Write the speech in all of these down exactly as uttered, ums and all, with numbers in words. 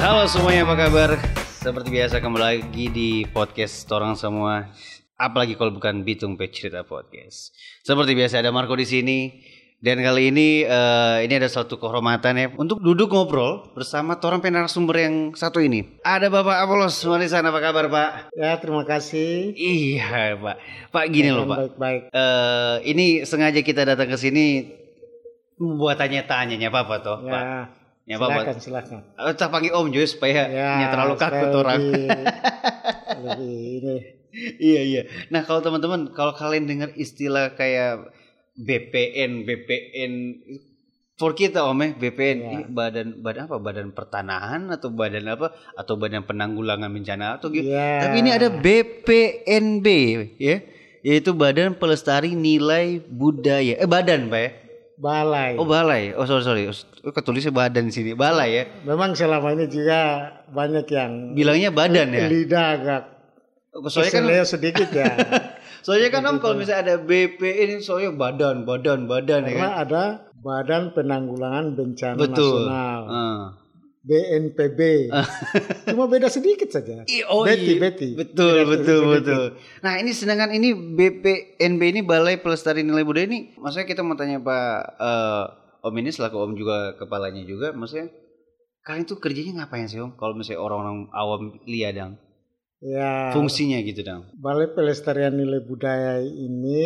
Halo semuanya, apa kabar? Seperti biasa kembali lagi di podcast Torang Semua. Apalagi kalau bukan Bitung Pe Cerita Podcast. Seperti biasa ada Marco di sini. Dan kali ini uh, ini ada suatu kehormatan ya untuk duduk ngobrol bersama torang narasumber yang satu ini. Ada Bapak Apolos Manisan, apa kabar Pak? Ya, terima kasih. Iya Pak. Pak gini loh Pak. Baik-baik. Uh, ini sengaja kita datang ke sini buat tanya-tanya apa-apa toh ya, Pak. Ya silakan, silakan. Kita panggil Om Joy supaya ya, terlalu kaku orang. Lebih, lebih ini. Iya iya. Nah kalau teman-teman, kalau kalian dengar istilah kayak B P N, B P N, for kita Om ya, B P N, ya. badan badan apa? Badan pertanahan atau badan apa? Atau badan penanggulangan bencana atau gitu. Ya. Tapi ini ada B P N B ya, yaitu Badan Pelestari Nilai Budaya. Eh badan Pak ya? Balai. Oh balai. Oh sorry sorry. Oh, ketulisnya badan di sini. Balai ya. Memang selama ini juga banyak yang bilangnya badan ya. Lidah agak soalnya kan sedikit ya. Soalnya kan Om kalau misalnya ada B P N soalnya badan, badan, badan. Karena ya kan? Ada Badan Penanggulangan Bencana Betul. Nasional. Uh. B N P B. Cuma beda sedikit saja. Oh, Betty, iya. Betty. Betul, beda betul, sedikit. betul. Nah, ini sedangkan ini B P N B ini Balai Pelestari Nilai Budaya ini, maksudnya kita mau tanya Pak uh, Om ini selaku Om juga kepalanya juga, maksudnya kalian tuh kerjanya ngapain sih Om? Kalau misalnya orang-orang awam lihat dong. Ya, fungsinya gitu dong. Balai Pelestarian Nilai Budaya ini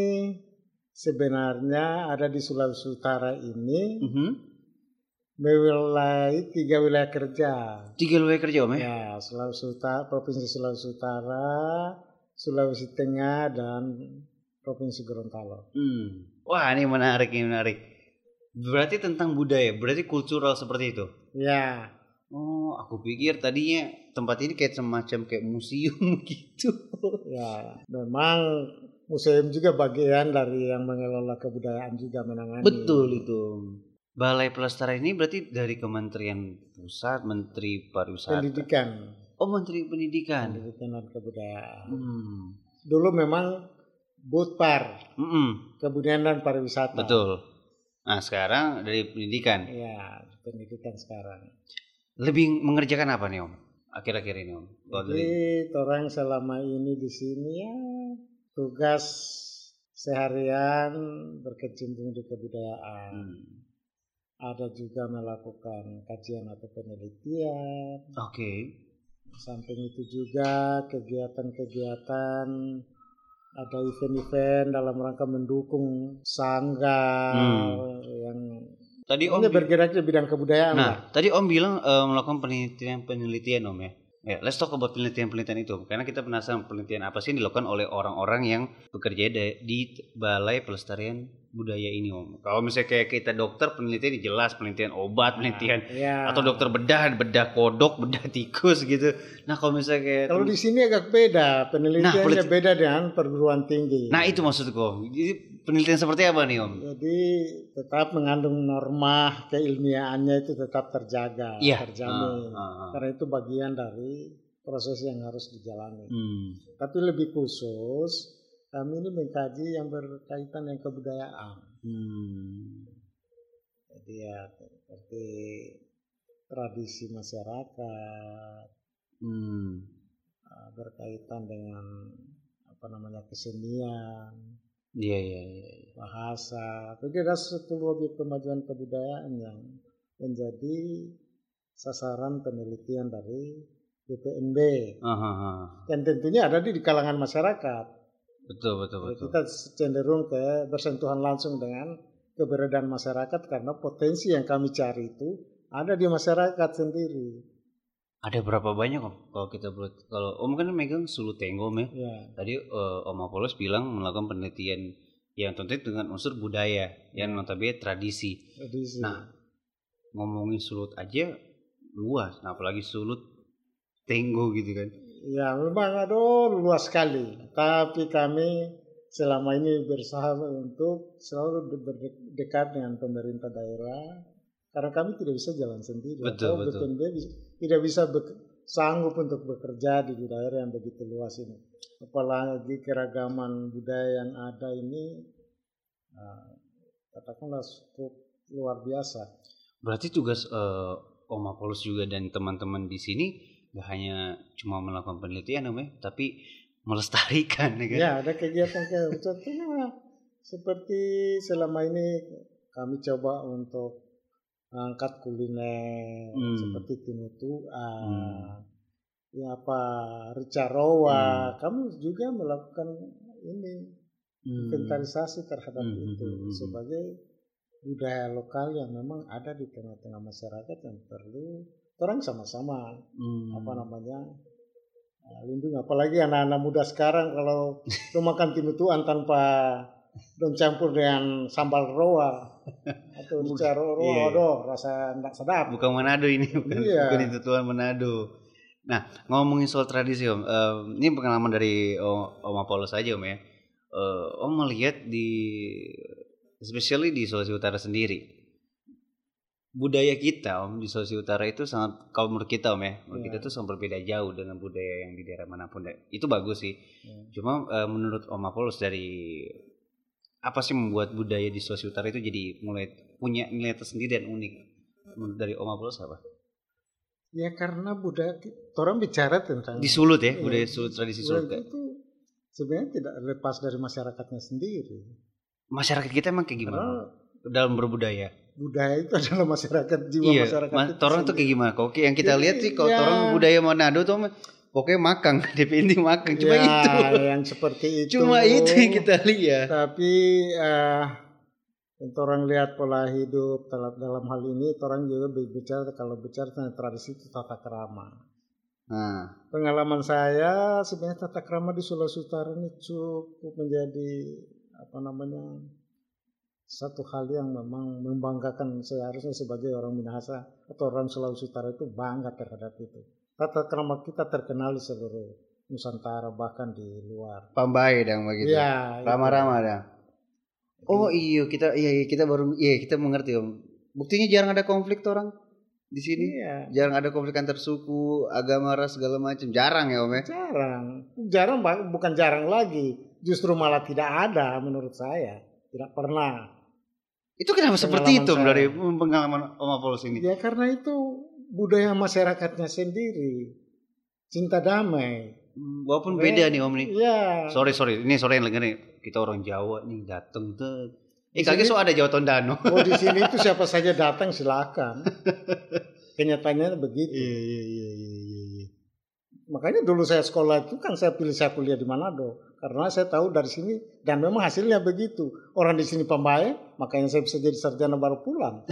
sebenarnya ada di Sulawesi Utara ini, uh-huh. mewilayai tiga wilayah kerja. Tiga wilayah kerja Om ya? Ya, Sulawesi Utara, Provinsi Sulawesi Utara, Sulawesi Tengah dan Provinsi Gorontalo. Hmm. Wah ini menarik, ini menarik. Berarti tentang budaya, berarti kultural seperti itu? Ya. Oh, aku pikir tadinya tempat ini kayak semacam kayak museum gitu. Ya, memang museum juga bagian dari yang mengelola kebudayaan juga menangani. Betul itu. Balai Pelestarian ini berarti dari Kementerian Pusat, Menteri Pariwisata. Pendidikan. Oh, Menteri Pendidikan. Pendidikan dan Kebudayaan. Hmm. Dulu memang Butpar, Mm-mm. Kebudayaan dan Pariwisata. Betul. Nah, sekarang dari Pendidikan. Ya, Pendidikan sekarang. Lebih mengerjakan apa nih Om? Akhir-akhir ini Om. Jadi orang selama ini di sini ya tugas seharian berkecimpung di kebudayaan. Hmm. Ada juga melakukan kajian atau penelitian. Oke. Okay. Samping itu juga kegiatan-kegiatan, ada event-event dalam rangka mendukung sangga hmm. yang tadi Om bergerak di bidang kebudayaan. Nah, lah. tadi Om bilang uh, melakukan penelitian-penelitian Om ya. Ya, let's talk about penelitian-penelitian itu. Karena kita penasaran penelitian apa sih yang dilakukan oleh orang-orang yang bekerja di Balai Pelestarian Budaya ini Om. Kalau misalnya kayak kita dokter, penelitian jelas penelitian obat, penelitian nah, ya. Atau dokter bedah, bedah kodok, bedah tikus gitu. Nah, kalau misalnya kayak kalau di sini agak beda, penelitiannya nah, pelit- beda dengan perguruan tinggi. Nah, itu maksudku. Jadi penelitian seperti apa nih Om? Jadi tetap mengandung norma keilmiahannya itu tetap terjaga, ya. terjamin. Uh, uh, uh. Karena itu bagian dari proses yang harus dijalani. Hmm. Tapi lebih khusus kami ini mengkaji yang berkaitan dengan kebudayaan. Hmm. Jadi ya seperti tradisi masyarakat, hmm. berkaitan dengan apa namanya kesenian, yeah, yeah, yeah. bahasa. Jadi ada sepuluh objek kemajuan kebudayaan yang menjadi sasaran penelitian dari B P N B. Uh-huh. Dan tentunya ada di, di kalangan masyarakat. Betul, betul, betul. Kita cenderung ke bersentuhan langsung dengan keberadaan masyarakat karena potensi yang kami cari itu ada di masyarakat sendiri. Ada berapa banyak Om? Kalau kita buat, kalau Om kan megang Sulu Tenggo Om ya. Ya. Tadi uh, Om Apolos bilang melakukan penelitian yang tentu dengan unsur budaya, yang notabene tradisi. tradisi. Nah, ngomongin Sulut aja luas, nah apalagi Sulut Tenggo gitu kan. Ya memang aduh luas sekali. Tapi kami selama ini berusaha untuk selalu berdekat dengan pemerintah daerah. Karena kami tidak bisa jalan sendiri. Betul, betul. B P N B tidak bisa be- sanggup untuk bekerja di daerah yang begitu luas ini. Apalagi keragaman budaya yang ada ini, nah, katakanlah cukup luar biasa. Berarti tugas uh, Om Apollos juga dan teman-teman di sini gak hanya cuma melakukan penelitian Om ya, tapi melestarikan ya kan? Ya, ada kegiatan-kegiatan. Contohnya seperti selama ini kami coba untuk angkat kuliner hmm. seperti tinutuan, hmm. ya apa ricaroa. Hmm. Kami juga melakukan ini hmm. inventarisasi terhadap hmm. itu hmm. sebagai budaya lokal yang memang ada di tengah-tengah masyarakat yang perlu orang sama-sama hmm. apa namanya lindungi. Apalagi anak-anak muda sekarang kalau lu makan tinutuan tanpa don campur dengan sambal roa atau rica roa, iya. Aduh, rasa enggak sedap. Bukan Manado ini, bukan, iya. bukan tinutuan Manado. Nah, ngomongin soal tradisi Om, uh, ini pengalaman dari Om, Om Apollos aja Om ya. Uh, Om melihat di, especially di Sulawesi Utara sendiri, budaya kita Om di Sulawesi Utara itu sangat, kalau menurut kita Om ya, menurut yeah. kita tuh sangat berbeda jauh dengan budaya yang di daerah manapun. Itu bagus sih. Yeah. Cuma uh, menurut Om Apollos dari apa sih membuat budaya di Sulawesi Utara itu jadi mulai punya nilai tersendiri dan unik? Menurut dari Om Apollos apa? Ya karena budaya, orang bicara tentang di Sulut ya, budaya ya, Sulut, tradisi Sulut itu sebenarnya tidak lepas dari masyarakatnya sendiri. Masyarakat kita emang kayak gimana? Karena dalam berbudaya. Budaya itu adalah masyarakat, jiwa iya, masyarakat ma- itu. Orang tuh kayak gimana? Oke, yang kita lihat sih kalau ya, orang budaya Manado tuh pokoknya makang, D P inti makang, cuma ya, itu. Yang seperti itu. Cuma itu yang kita lihat. Tapi uh, orang lihat pola hidup dalam hal ini, orang juga berbicara kalau bicara tentang tradisi itu tata krama. Nah, pengalaman saya sebenarnya tata krama di Sulawesi Utara ini cukup menjadi apa namanya satu hal yang memang membanggakan. Seharusnya sebagai orang Minahasa atau orang Sulawesi Utara itu bangga terhadap itu. Tata krama kita terkenal di seluruh Nusantara bahkan di luar. Pambai dong begitu. Iya. Rama-rama dah. Oh iya kita iya kita baru iya kita mengerti Om. Buktinya jarang ada konflik orang di sini. Iya. Jarang ada konflik antar suku, agama, ras segala macam. Jarang ya Om ya. Jarang. Jarang bukan jarang lagi. Justru malah tidak ada menurut saya. Tidak pernah. Itu kenapa seperti itu dari pengalaman Om Apollos ini? Ya karena itu budaya masyarakatnya sendiri, cinta damai. Walaupun Keren. beda nih Om nih. Iya. Sorry sorry, ini sorry yang lagi nih kita orang Jawa nih datang tuh. Eh kagak so ada Jawa Tondano. Oh di sini itu siapa saja datang silakan. Kenyataannya begitu. Iya iya iya iya iya. Makanya dulu saya sekolah itu kan saya pilih saya kuliah di Manado karena saya tahu dari sini dan memang hasilnya begitu. Orang di sini pembaik, makanya saya bisa jadi sarjana baru pulang.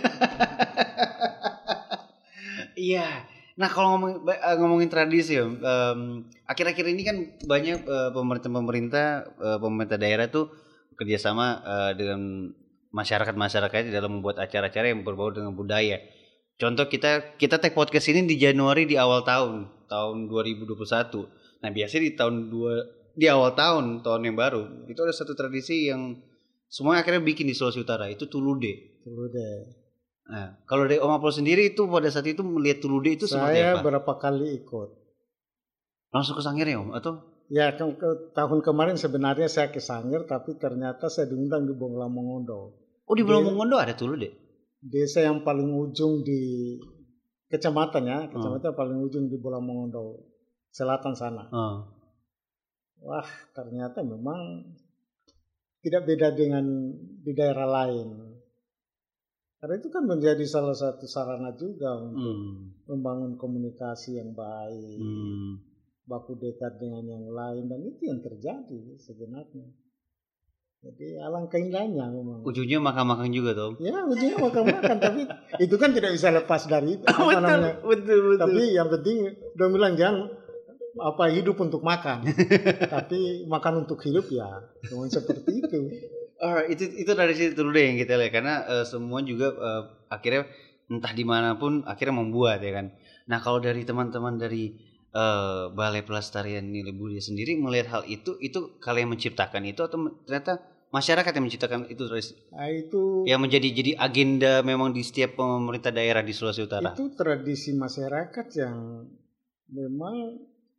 Iya. Nah kalau ngomongin, ngomongin tradisi ya, um, akhir-akhir ini kan banyak uh, pemerintah-pemerintah, uh, pemerintah daerah tuh kerjasama uh, dengan masyarakat-masyarakat dalam membuat acara-acara yang berbau dengan budaya. Contoh kita kita take podcast ini di Januari di awal tahun tahun dua ribu dua puluh satu. Nah biasanya di tahun dua di awal tahun tahun yang baru itu ada satu tradisi yang semua akhirnya bikin di Sulawesi Utara itu Tulude. Tulude. Nah, kalau dari Om Apollos sendiri itu pada saat itu melihat Tulude itu saya seperti apa? Saya berapa kali ikut. Langsung ke Sangir ya Om? Atau? Ya ke, ke, tahun kemarin sebenarnya saya ke Sangir tapi ternyata saya diundang di Bongla Mongondo. Oh di Bongla Mongondo ada Tulude? Desa yang paling ujung di kecamatan ya, kecamatan hmm. paling ujung di Bongla Mongondo selatan sana. Hmm. Wah ternyata memang tidak beda dengan di daerah lain. Karena itu kan menjadi salah satu sarana juga untuk hmm. membangun komunikasi yang baik, hmm. baku dekat dengan yang lain, dan itu yang terjadi sebenarnya. Jadi alangkah indahnya memang. Ujungnya makan-makan juga Tom. Ya ujungnya makan-makan, tapi itu kan tidak bisa lepas dari itu. Betul, namanya. betul, betul. Tapi yang penting dia bilang jangan apa hidup untuk makan, tapi makan untuk hidup ya, cuma seperti itu. Alright, itu itu dari situ dulu deh yang kita lihat karena uh, semua juga uh, akhirnya entah dimanapun akhirnya membuat ya kan. Nah kalau dari teman-teman dari uh, Balai Pelestarian Nilai Budaya sendiri melihat hal itu, itu kalian menciptakan itu atau ternyata masyarakat yang menciptakan itu? Nah, itu yang menjadi jadi agenda memang di setiap pemerintah daerah di Sulawesi Utara. Itu tradisi masyarakat yang memang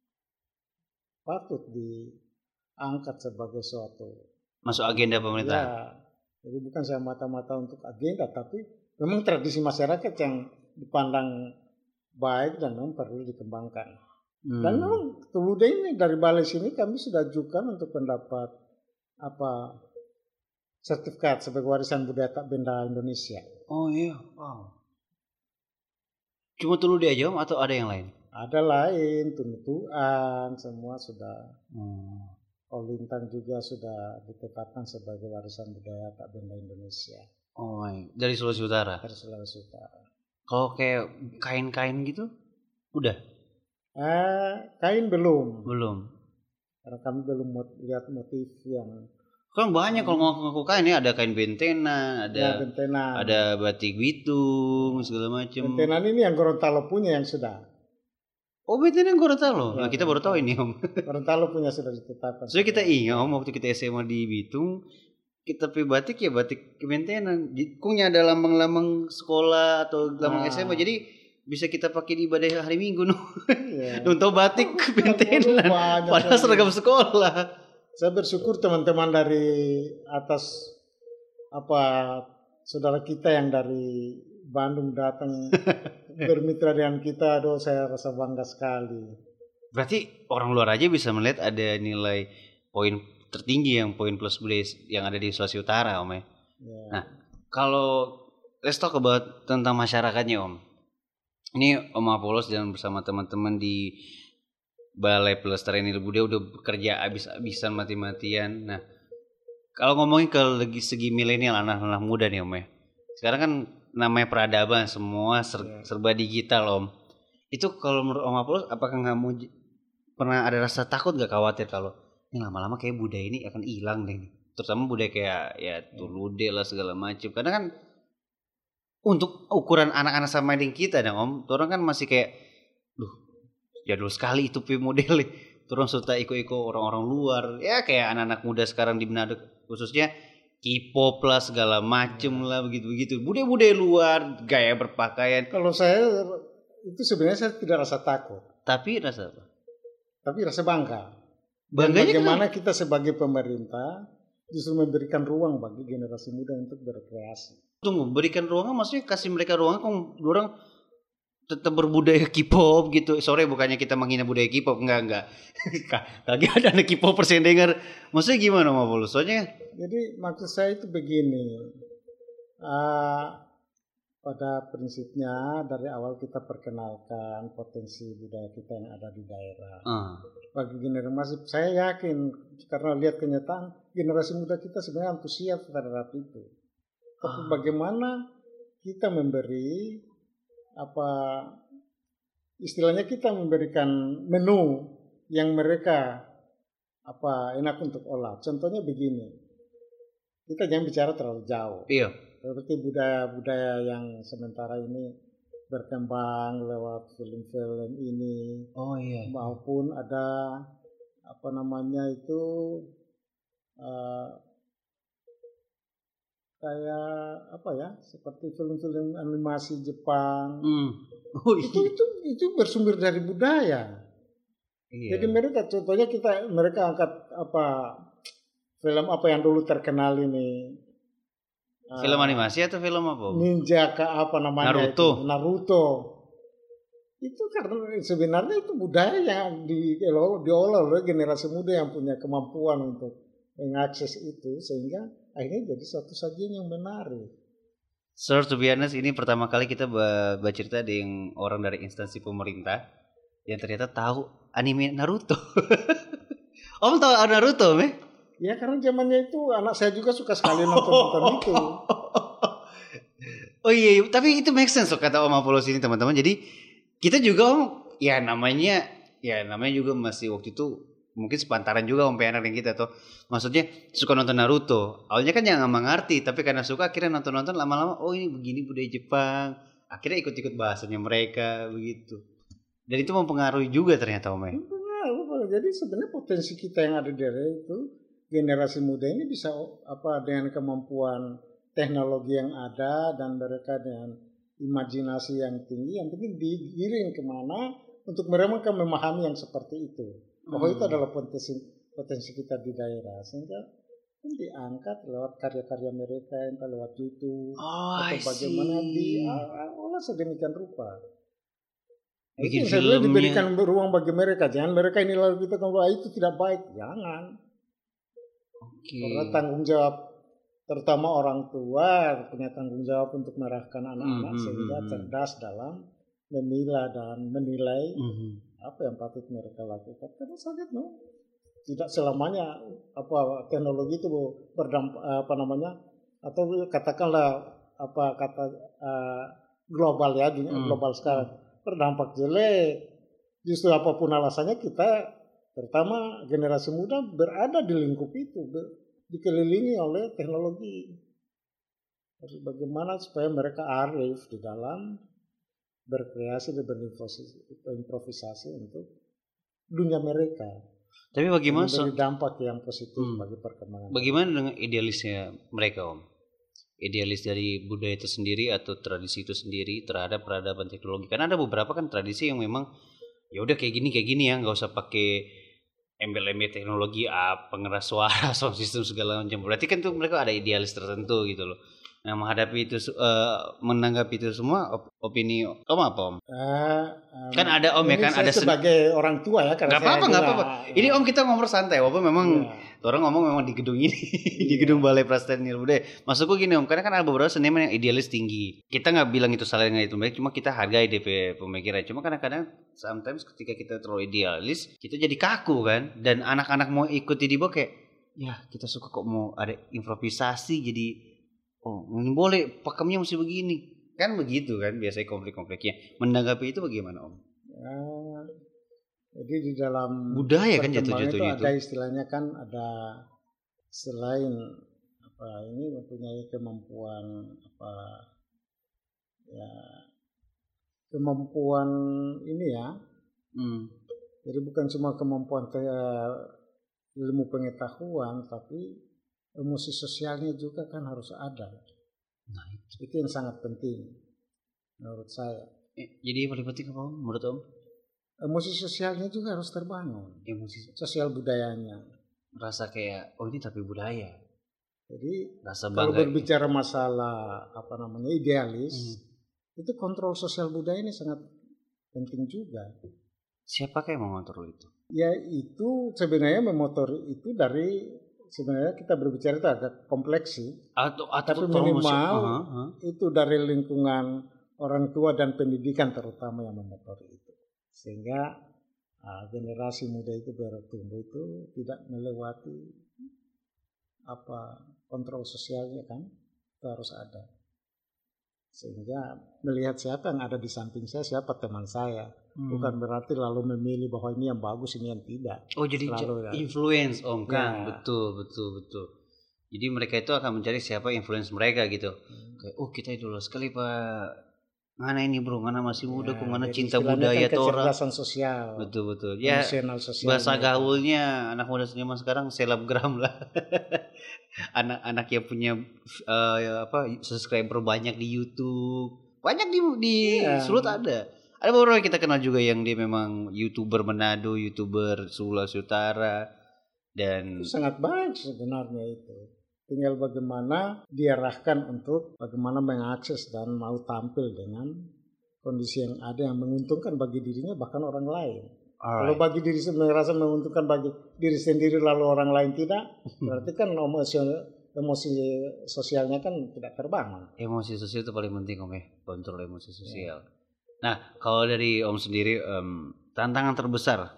patut diangkat sebagai suatu masuk agenda pemerintah. Ya, jadi bukan saya mata-mata untuk agenda, tapi memang tradisi masyarakat yang dipandang baik dan memang perlu dikembangkan. Hmm. Dan memang Tulude ini dari balai sini kami sudah ajukan untuk mendapat apa sertifikat sebagai warisan budaya tak benda Indonesia. Oh iya, wow. Cuma Tulude aja Om atau ada yang lain? Ada lain, Tunutuan, semua sudah. Hmm. Olintang juga sudah ditetapkan sebagai warisan budaya tak benda Indonesia. Oh my, dari Sulawesi Utara? Dari Sulawesi Utara. Kalau kayak kain-kain gitu, udah? Eh, kain belum. Belum. Karena kami belum mot- lihat motif yang. Kan banyak hmm. kalau ngaku kain ya, ada kain Bentena, ada ya, Bentena. Ada batik Bitung, segala macam. Bentena ini yang Gorontalo punya yang sudah. Oh, Bentena yang Gorontalo. Ya, nah, kita baru tahu ini Om. Gorontalo punya sudah ditetapkan. Soalnya kita ingat Om waktu kita S M A di Bitung, kita pilih batik ya batik Bentena. Kungnya ada lambang-lambang sekolah atau lambang nah. S M A, jadi bisa kita pakai di ibadah hari Minggu no. Yeah. Untuk batik Bentena. Padahal seragam sekolah. Saya bersyukur teman-teman dari atas apa saudara kita yang dari Bandung datang bermitra dengan kita, aduh saya rasa bangga sekali. Berarti orang luar aja bisa melihat ada nilai poin tertinggi yang poin plus plus yang ada di Sulawesi Utara Om ya. Yeah. Nah kalau let's talk about tentang masyarakatnya Om. Ini Om Apollos dan bersama teman-teman di Balai Pelestarian Nilai Budaya udah bekerja abis-abisan mati-matian. Nah kalau ngomongin ke segi milenial anak-anak muda nih Om ya. Sekarang kan namanya peradaban semua ser, yeah. serba digital Om. Itu kalau menurut Om Apollos apakah kamu pernah ada rasa takut gak khawatir kalau ini lama-lama kayak budaya ini akan hilang deh nih. Terutama budaya kayak ya Tulude lah segala macam. Karena kan untuk ukuran anak-anak sama dengan kita dong Om, orang kan masih kayak duh jadul sekali itu P model nih. Terus suka ikut-ikut orang-orang luar. Ya kayak anak-anak muda sekarang di Manado khususnya K-pop lah segala macem lah begitu-begitu. Budaya-budaya luar, gaya berpakaian. Kalau saya itu sebenarnya saya tidak rasa takut. Tapi rasa apa? Tapi rasa bangga. Bangganya bagaimana kenapa? Kita sebagai pemerintah justru memberikan ruang bagi generasi muda untuk berkreasi. Tunggu, berikan ruang maksudnya kasih mereka ruang kok orang tetap berbudaya K-pop gitu. Sorry bukannya kita menghina budaya K-pop, enggak enggak. Lagi ada anak K-pop persen dengar. Maksudnya gimana Mas Apollos? Soalnya jadi maksud saya itu begini. Uh, pada prinsipnya dari awal kita perkenalkan potensi budaya kita yang ada di daerah. Uh. Bagi generasi saya yakin karena lihat kenyataan generasi muda kita sebenarnya antusias terhadap itu. Tapi uh. bagaimana kita memberi apa istilahnya kita memberikan menu yang mereka apa enak untuk olah. Contohnya begini, kita jangan bicara terlalu jauh. Iya. Seperti budaya-budaya yang sementara ini berkembang lewat film-film ini. Oh iya. Maupun ada apa namanya itu uh, kayak apa ya seperti film-film animasi Jepang. Mm. Oh, iya. itu itu itu bersumber dari budaya. Iya. Jadi mereka contohnya kita mereka angkat apa film apa yang dulu terkenal ini. Film uh, animasi atau film apa? Ninja ke apa namanya Naruto. Itu? Naruto. Itu karena sebenarnya itu budaya yang di diolah oleh generasi muda yang punya kemampuan untuk mengakses itu sehingga akhirnya jadi suatu sajian yang menarik. Sir, to be honest, ini pertama kali kita bercerita dengan orang dari instansi pemerintah yang ternyata tahu anime Naruto. Om tahu Naruto, meh? Ya karena zamannya itu anak saya juga suka sekali nonton-nonton itu. Oh iya, tapi itu make sense loh kata Om Apollos ini teman-teman. Jadi kita juga Om, ya namanya, ya namanya juga masih waktu itu mungkin sepantaran juga Om P N R yang kita tuh. Maksudnya suka nonton Naruto. Awalnya kan yang nggak mengerti, tapi karena suka akhirnya nonton-nonton lama-lama, oh ini begini budaya Jepang. Akhirnya ikut-ikut bahasanya mereka begitu. Dan itu mempengaruhi juga ternyata Om. Mempengaruhi. Jadi sebenarnya potensi kita yang ada di daerah itu generasi muda ini bisa apa dengan kemampuan teknologi yang ada dan mereka dengan imajinasi yang tinggi, yang penting digiring kemana untuk mereka memahami yang seperti itu. Bahwa hmm. itu adalah potensi potensi kita di daerah sehingga kan diangkat lewat karya-karya mereka entah lewat YouTube oh, atau bagaimana di kelola sedemikian rupa. Bikin itu saya diberikan ruang bagi mereka. Jangan mereka ini lalu kita kelola itu tidak baik. Jangan. Okay. Karena tanggung jawab, terutama orang tua punya tanggung jawab untuk mengarahkan anak-anak mm-hmm. sehingga cerdas dalam memilah dan menilai mm-hmm. apa yang patut mereka lakukan. Karena sangat no, tidak selamanya apa teknologi itu berdampak apa namanya atau katakanlah apa kata uh, global ya dunia mm. global sekarang berdampak jelek. Justru apapun alasannya kita terutama generasi muda berada di lingkup itu. Ber- dikelilingi oleh teknologi. Jadi bagaimana supaya mereka arif di dalam berkreasi dan berimprovisasi untuk dunia mereka. Tapi bagaimana memberi dampak yang positif hmm. bagi perkembangan. Bagaimana dengan idealisnya mereka, Om? Idealis dari budaya itu sendiri atau tradisi itu sendiri terhadap peradaban teknologi. Karena ada beberapa kan tradisi yang memang ya udah kayak gini kayak gini ya, nggak usah pakai embel-embel teknologi, apa pengeras suara, sound system segala macam. Berarti kan tuh mereka ada idealis tertentu gitu loh. Nah menghadapi itu, uh, menanggapi itu semua, op- opini Om apa Om? Uh, um, kan ada Om ya kan ada sebagai sen- orang tua ya. Gak apa-apa nggak apa-apa. Ini Om kita ngobrol santai, walaupun memang yeah. orang ngomong memang di gedung ini, yeah. di gedung Balai Prasasti Budaya. Maksudku gini Om, karena kan ada beberapa seniman yang idealis tinggi. Kita nggak bilang itu salah nggak itu baik, cuma kita hargai D P pemikiran. Cuma kadang-kadang sometimes ketika kita terlalu idealis, kita jadi kaku kan. Dan anak-anak mau ikuti di bawah kayak, ya kita suka kok mau ada improvisasi jadi. Oh, boleh pakemnya mesti begini. Kan begitu kan biasanya konflik-konfliknya. Menanggapi itu bagaimana Om? Ya, jadi di dalam budaya kan jatuh-jatuhnya itu. Ada istilahnya kan ada selain apa ini mempunyai kemampuan apa ya kemampuan ini ya. Hmm. Jadi bukan cuma kemampuan kayak ilmu pengetahuan tapi emosi sosialnya juga kan harus ada. Nah, itu. itu yang sangat penting menurut saya. Eh, jadi yang paling penting apa menurut Om? Emosi sosialnya juga harus terbangun. Emosi sosial budayanya. Merasa kayak oh ini tapi budaya. Jadi rasa kalau berbicara masalah apa namanya idealis, hmm. itu kontrol sosial budaya ini sangat penting juga. Siapa yang mengontrol itu? Ya itu sebenarnya memotor itu dari sebenarnya kita berbicara itu agak kompleks sih. Atau, atau tapi minimal uh, uh. itu dari lingkungan orang tua dan pendidikan terutama yang memotori itu. Sehingga uh, generasi muda itu bertumbuh itu tidak melewati apa kontrol sosialnya kan itu harus ada. Sehingga melihat siapa yang ada di samping saya, siapa teman saya. Hmm. Bukan berarti lalu memilih bahwa ini yang bagus, ini yang tidak. Oh jadi lalu, influence Om kan, ya. betul betul betul. Jadi mereka itu akan mencari siapa influence mereka gitu. Hmm. Kayak oh kita idol sekali Pak. Mana ini bro, mana masih muda, ya, kok mana cinta budaya kan tora. Kecerdasan sosial. Betul betul. Ya bahasa gaulnya anak muda zaman sekarang selebgram lah. Anak-anak yang punya uh, apa subscriber banyak di YouTube, banyak di di ya. Sulut ada. Ada beberapa yang kita kenal juga yang dia memang YouTuber Manado, YouTuber Sulawesi Utara dan itu sangat baik sebenarnya itu. Tinggal bagaimana diarahkan untuk bagaimana mengakses dan mau tampil dengan kondisi yang ada yang menguntungkan bagi dirinya bahkan orang lain. Alright. Kalau bagi diri sendiri merasa menguntungkan bagi diri sendiri lalu orang lain tidak, berarti kan emosi emosi sosialnya kan tidak terbangun. Emosi sosial itu paling penting Om ya, kontrol emosi sosial. Ya. Nah, kalau dari Om sendiri um, tantangan terbesar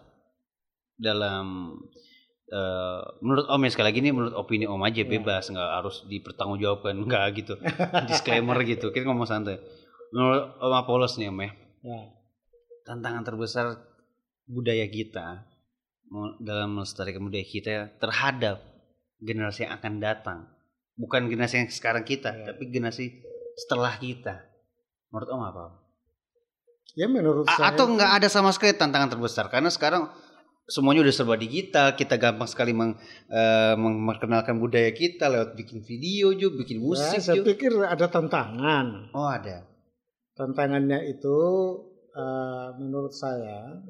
dalam Uh, menurut Om ya sekali lagi ini menurut opini Om aja bebas, nggak yeah. harus dipertanggungjawabkan, nggak gitu. Disclaimer gitu, kita ngomong santai. Menurut Om Apollos nih Om ya, yeah. tantangan terbesar budaya kita dalam melestarikan budaya kita terhadap generasi yang akan datang, bukan generasi yang sekarang kita, yeah. tapi generasi setelah kita. Menurut Om apa? Ya menurut A- saya atau nggak ada sama sekali tantangan terbesar karena sekarang semuanya udah serba digital, kita gampang sekali meng, uh, memperkenalkan budaya kita lewat bikin video juga, bikin musik. Ya, saya juga. Pikir ada tantangan. Oh ada. Tantangannya itu uh, menurut saya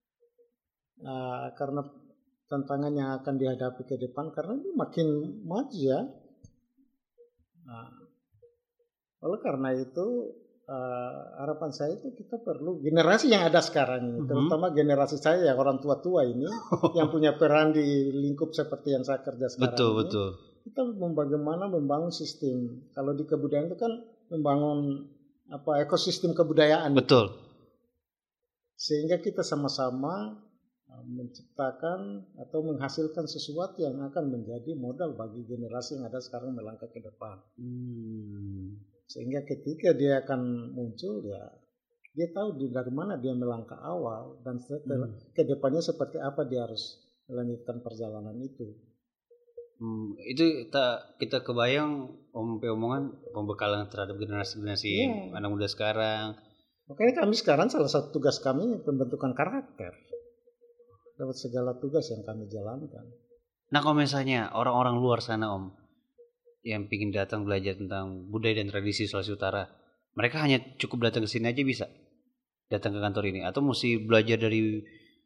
uh, karena tantangan yang akan dihadapi ke depan karena ini makin maju ya. Nah, oleh karena itu uh, harapan saya itu kita perlu generasi yang ada sekarang ini, mm-hmm. terutama generasi saya yang orang tua-tua ini yang punya peran di lingkup seperti yang saya kerja sekarang betul, ini. Betul. Kita bagaimana membangun sistem. Kalau di kebudayaan itu kan membangun apa ekosistem kebudayaan. Betul. Itu. Sehingga kita sama-sama menciptakan atau menghasilkan sesuatu yang akan menjadi modal bagi generasi yang ada sekarang melangkah ke depan. Hmm. Sehingga ketika dia akan muncul ya dia tahu dari mana dia melangkah awal dan hmm. ke depannya seperti apa dia harus melanjutkan perjalanan itu. Hmm, itu kita kita kebayang om omongan pembekalan terhadap generasi-generasi yeah. anak muda sekarang. Makanya kami sekarang salah satu tugas kami pembentukan karakter. Dapat segala tugas yang kami jalankan. Nah kalau misalnya orang-orang luar sana om yang ingin datang belajar tentang budaya dan tradisi Sulawesi Utara, mereka hanya cukup datang ke sini aja bisa datang ke kantor ini atau mesti belajar dari?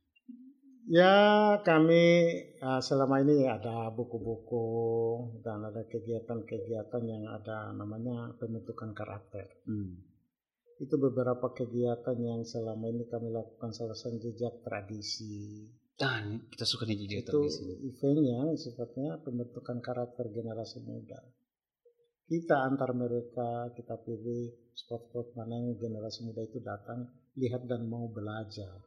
Ya kami uh, selama ini ada buku-buku dan ada kegiatan-kegiatan yang ada namanya pembentukan karakter. Hmm. Itu beberapa kegiatan yang selama ini kami lakukan salah satu jejak tradisi. Dan kita suka nih jejak itu tradisi. Itu event yang sifatnya pembentukan karakter generasi muda. Kita antar mereka, kita pilih spot-spot mana yang generasi muda itu datang, lihat dan mau belajar.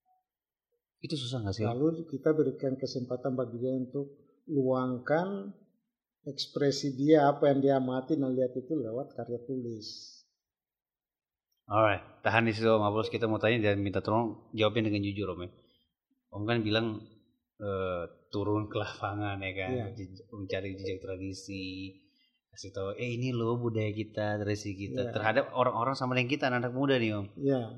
Itu susah nggak sih? Lalu kita berikan kesempatan bagi dia untuk luangkan ekspresi dia, apa yang dia amati dan lihat itu lewat karya tulis. Alright, tahan di situ Om Apollos, kita mau tanya dan minta tolong jawabnya dengan jujur Om ya. Om kan bilang uh, turun ke lapangan ya kan, yeah. mencari jejak tradisi, kasih tahu, eh ini loh budaya kita, tradisi kita, yeah. terhadap orang-orang sama dengan kita, anak muda nih Om. Iya. Yeah.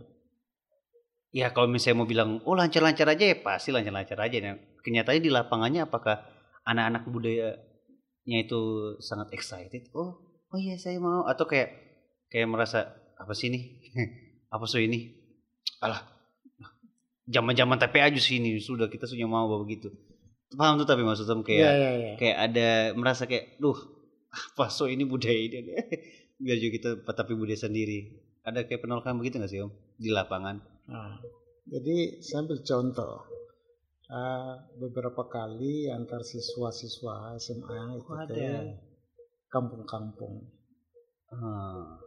Ya kalau misalnya mau bilang, oh lancar-lancar aja ya pasti lancar-lancar aja. Nah, kenyataannya di lapangannya apakah anak-anak budayanya itu sangat excited? Oh, oh iya saya mau, atau kayak kayak merasa apa sih ini? Apa sih ini? Alah, zaman-zaman T P A aja sih ini sudah kita sudah mau begitu. Paham tuh tapi maksudnya kayak yeah, yeah, yeah. kayak ada merasa kayak, duh, apa so ini budaya ini? Biar juga kita tapi budaya sendiri. Ada kayak penolakan begitu nggak sih Om di lapangan? Nah, jadi saya ambil contoh uh, beberapa kali antar siswa-siswa S M A itu oh, ke kampung-kampung. Hmm.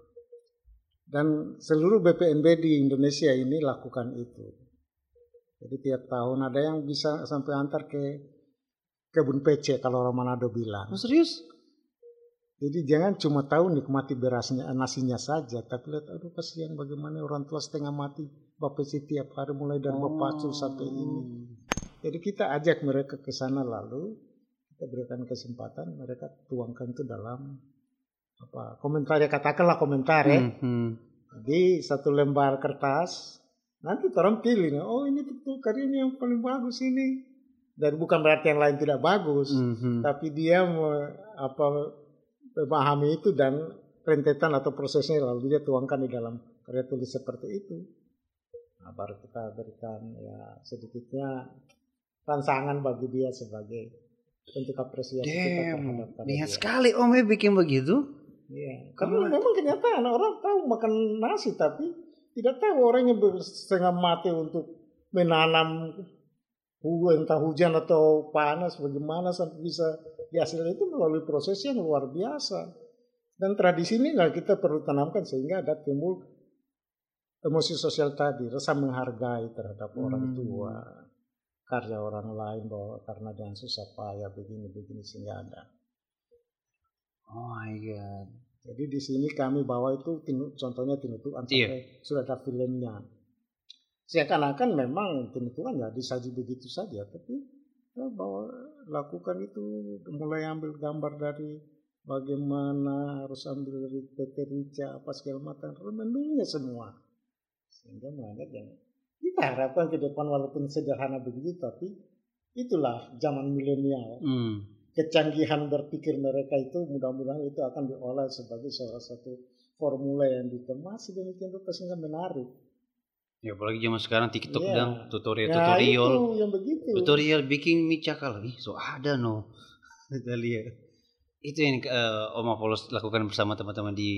Dan seluruh B P N B di Indonesia ini lakukan itu. Jadi tiap tahun ada yang bisa sampai antar ke kebun P C kalau orang Manado bilang. Oh, serius? Jadi jangan cuma tahu nikmati berasnya, nasinya saja, tapi lihat aduh kasihan bagaimana orang tua setengah mati Bapak P C tiap hari mulai dari oh. Bapacu sampai ini. Jadi kita ajak mereka ke sana lalu kita berikan kesempatan mereka tuangkan itu dalam apa komentar ya katakanlah komentar ya. Mm-hmm. Jadi satu lembar kertas nanti orang pilih, oh ini tuh karyanya yang paling bagus ini. Dan bukan berarti yang lain tidak bagus, mm-hmm. tapi dia apa memahami itu dan rentetan atau prosesnya lalu dia tuangkan di dalam karya tulis seperti itu. Nah, baru kita berikan ya sedikitnya rangsangan bagi dia sebagai bentuk apresiasi Damn, kita terhadap karya niat sekali Om ya bikin begitu. Iya, karena memang kenyataan orang tahu makan nasi tapi tidak tahu orang yang setengah mati untuk menanam entah hujan atau panas bagaimana sampai bisa dihasilkan itu melalui proses yang luar biasa. Dan tradisi ini lah kita perlu tanamkan sehingga ada timbul emosi sosial tadi, rasa menghargai terhadap hmm. orang tua, karya orang lain bahwa karena dengan susah payah begini-begini sehingga ada. Oh my God. Jadi di sini kami bawa itu contohnya tinutuan sampai yeah. sudah ada filmnya. Seakan-akan memang tinutuan ya disaji begitu saja, tapi ya bahwa lakukan itu mulai ambil gambar dari bagaimana harus ambil dari P T Rica apa segala macam, menunya semua. Sehingga menganggap yang kita harapkan ke depan walaupun sederhana begitu, tapi itulah zaman milenial. Hmm. Kecanggihan berpikir mereka itu mudah-mudahan itu akan diolah sebagai salah satu formula yang dikemas sedemikian rupa sehingga menarik. Ya apalagi zaman sekarang TikTok yeah. dan tutorial-tutorial. Nah, itu yang begitu. Tutorial bikin mie cakal lagi. So ada no. Kita lihat. Itu yang uh, Om Apollos lakukan bersama teman-teman di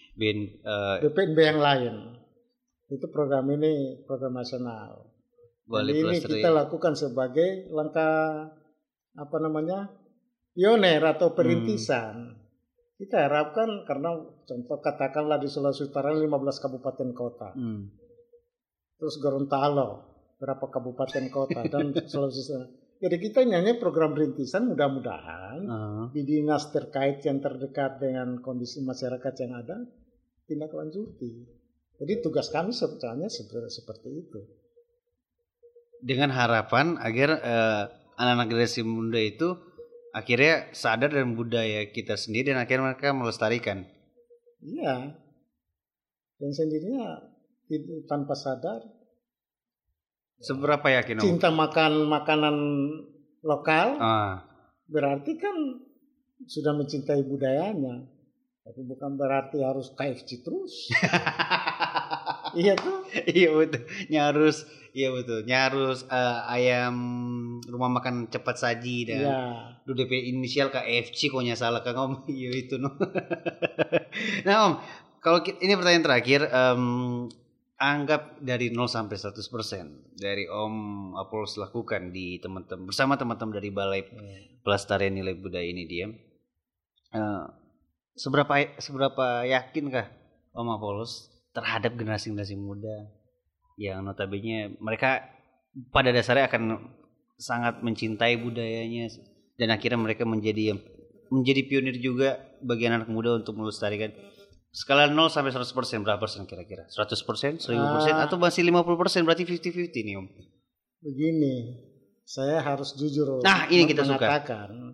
B N, uh, B P N B yang lain. Itu program ini program nasional. Jadi ini kita lakukan sebagai langkah apa namanya pioner atau perintisan. Hmm. Kita harapkan karena contoh katakanlah di Sulawesi Utara lima belas kabupaten kota. Hmm. Terus Gorontalo berapa kabupaten kota dan Sulawesi Selatan. Jadi kita nyanyi program rintisan mudah-mudahan uh-huh. di dinas terkait yang terdekat dengan kondisi masyarakat yang ada tindak lanjuti. Jadi tugas kami sebetulnya seperti itu. Dengan harapan agar uh, anak-anak generasi muda itu akhirnya sadar dengan budaya kita sendiri dan akhirnya mereka melestarikan. Iya. Dan sendirinya tanpa sadar. Seberapa yakin? Cinta makan makanan lokal, ah. berarti kan sudah mencintai budayanya. Tapi bukan berarti harus K F C terus. Iya tuh. Iya betul. Nyarus, iya betul. Nyarus uh, ayam rumah makan cepat saji dan ya. Lu D P inisial K F C kok nya salah Kang Om. Iya itu no. Nah Om, kalau ini pertanyaan terakhir. Um, Anggap dari nol sampai seratus persen dari Om Apollos lakukan di teman-teman bersama teman-teman dari Balai hmm. Pelestarian Nilai Budaya ini dia. Uh, seberapa seberapa yakinkah Om Apollos terhadap generasi-generasi muda yang notabene mereka pada dasarnya akan sangat mencintai budayanya dan akhirnya mereka menjadi menjadi pionir juga bagi anak muda untuk melestarikan. Skala nol sampai seratus persen berapa persen kira-kira? seratus persen, seribu persen atau masih lima puluh persen berarti lima puluh lima puluh nih Om? Begini, saya harus jujur nah, ini kita mengatakan suka.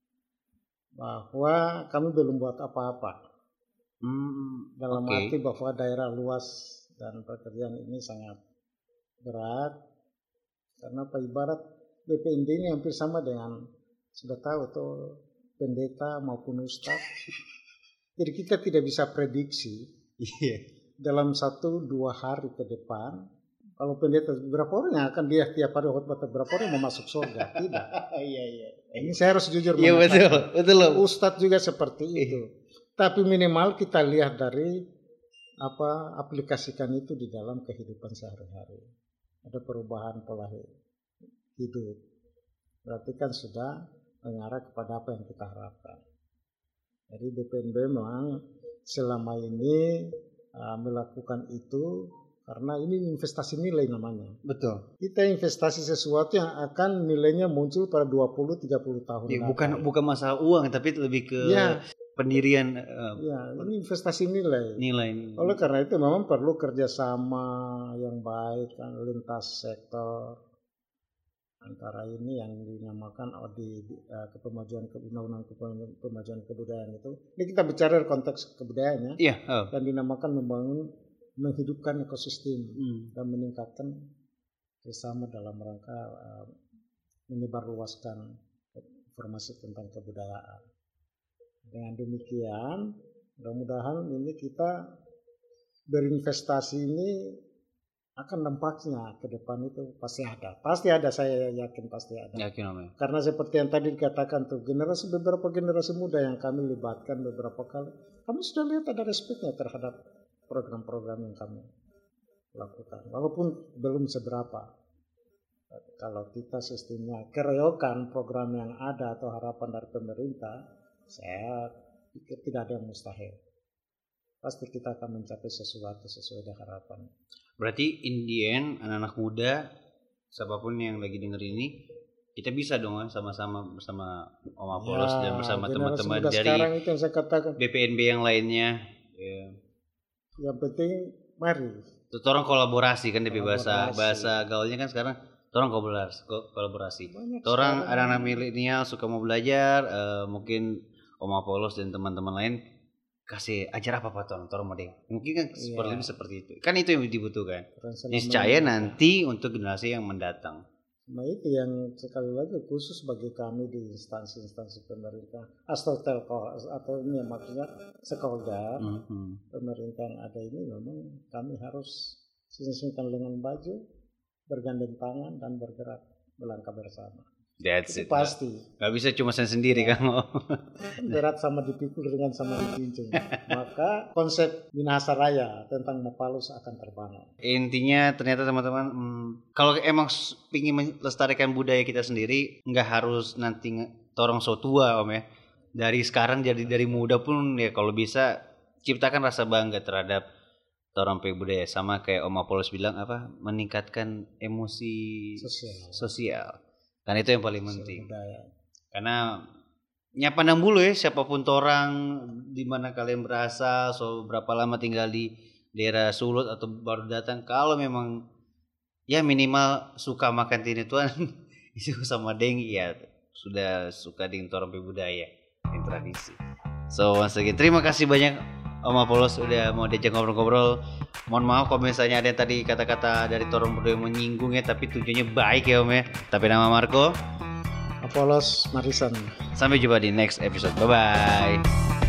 bahwa kami belum buat apa-apa. Hmm, Dalam okay. arti bahwa daerah luas dan pekerjaan ini sangat berat. Karena apa ibarat B P N D ini hampir sama dengan sudah tahu tuh pendeta maupun ustadz. Jadi kita tidak bisa prediksi yeah. dalam satu dua hari ke depan kalau pendeta berapa orang yang akan dia tiap hari khotbah berapa orang yang mau masuk surga tidak. Iya iya. Ini saya harus jujur yeah, mengatakan. Betul betul. Ustadz juga seperti itu. Tapi minimal kita lihat dari apa aplikasikan itu di dalam kehidupan sehari-hari. Ada perubahan pola hidup. Berarti kan sudah mengarah kepada apa yang kita harapkan. Jadi B P N B memang selama ini uh, melakukan itu karena ini investasi nilai namanya. Betul. Kita investasi sesuatu yang akan nilainya muncul pada dua puluh tiga puluh tahun. Ya, bukan bukan masalah uang tapi lebih ke ya. pendirian. Uh, ya, ini investasi nilai. Nilai. Oleh karena itu memang perlu kerjasama yang baik kan lintas sektor. Antara ini yang dinamakan oh, di, di uh, kepemajuan ke undang-undang kepemajuan kebudayaan itu. Ini kita bicara konteks kebudayaannya. Yeah, oh. Dan dinamakan membangun menghidupkan ekosistem hmm. dan meningkatkan bersama dalam rangka uh, menyebarluaskan informasi tentang kebudayaan. Dengan demikian, mudah-mudahan ini kita berinvestasi ini akan dampaknya ke depan itu pasti ada. Pasti ada, saya yakin pasti ada. Yakin Om. Karena seperti yang tadi dikatakan tuh, generasi beberapa generasi muda yang kami libatkan beberapa kali, kami sudah lihat ada respeknya terhadap program-program yang kami lakukan. Walaupun belum seberapa. Kalau kita sistemnya keroyokan program yang ada atau harapan dari pemerintah, saya pikir tidak ada yang mustahil. Pasti kita akan mencapai sesuatu sesuai dengan harapan. Berarti in the end anak-anak muda siapapun yang lagi denger ini kita bisa dong sama-sama bersama Om Apollos ya, dan bersama teman-teman dari itu yang saya katakan. B P N B yang lainnya ya. Yang penting mari tuh orang kolaborasi kan lebih bahasa bahasa gaulnya kan sekarang orang kolaborasi kolaborasi orang anak-anak milenial suka mau belajar uh, mungkin Om Apollos dan teman-teman lain kasih ajar apa apa orang mau deh mungkin kan yeah. seperti seperti itu kan itu yang dibutuhkan niscaya nanti untuk generasi yang mendatang. Nah itu yang sekali lagi khusus bagi kami di instansi-instansi pemerintah atau telko atau ini yang maksudnya sekolah mm-hmm. pemerintah yang ada ini memang kami harus sesuaikan dengan baju bergandeng tangan dan bergerak melangkah bersama. That's itu it. Pasti. Gak bisa cuma saya sendiri ya. Kan. Berat sama dipikul dengan sama dipincing. Maka konsep Minahasa Raya tentang Mapalus akan terbangun. Intinya ternyata teman-teman, hmm, kalau emang ingin melestarikan budaya kita sendiri, nggak harus nanti torong so tua om ya. Dari sekarang jadi dari muda pun ya kalau bisa ciptakan rasa bangga terhadap torong budaya, sama kayak Om Mapolus bilang apa, meningkatkan emosi sosial, sosial. Karena itu yang paling penting. Karena nyapandang bulu ya siapapun torang, di mana kalian berasal, so berapa lama tinggal di daerah Sulut atau baru datang, kalau memang ya minimal suka makan tinutuan itu sama dengi ya sudah suka dengan torong budaya dan tradisi. So once again terima kasih banyak Om Mapolus udah mau diajak ngobrol-ngobrol. Mohon maaf kalau misalnya ada yang tadi kata-kata dari torong budaya menyinggung ya, tapi tujuannya baik ya Om ya. Tapi nama Marco Mapolus Marisan. Sampai jumpa di next episode. Bye bye.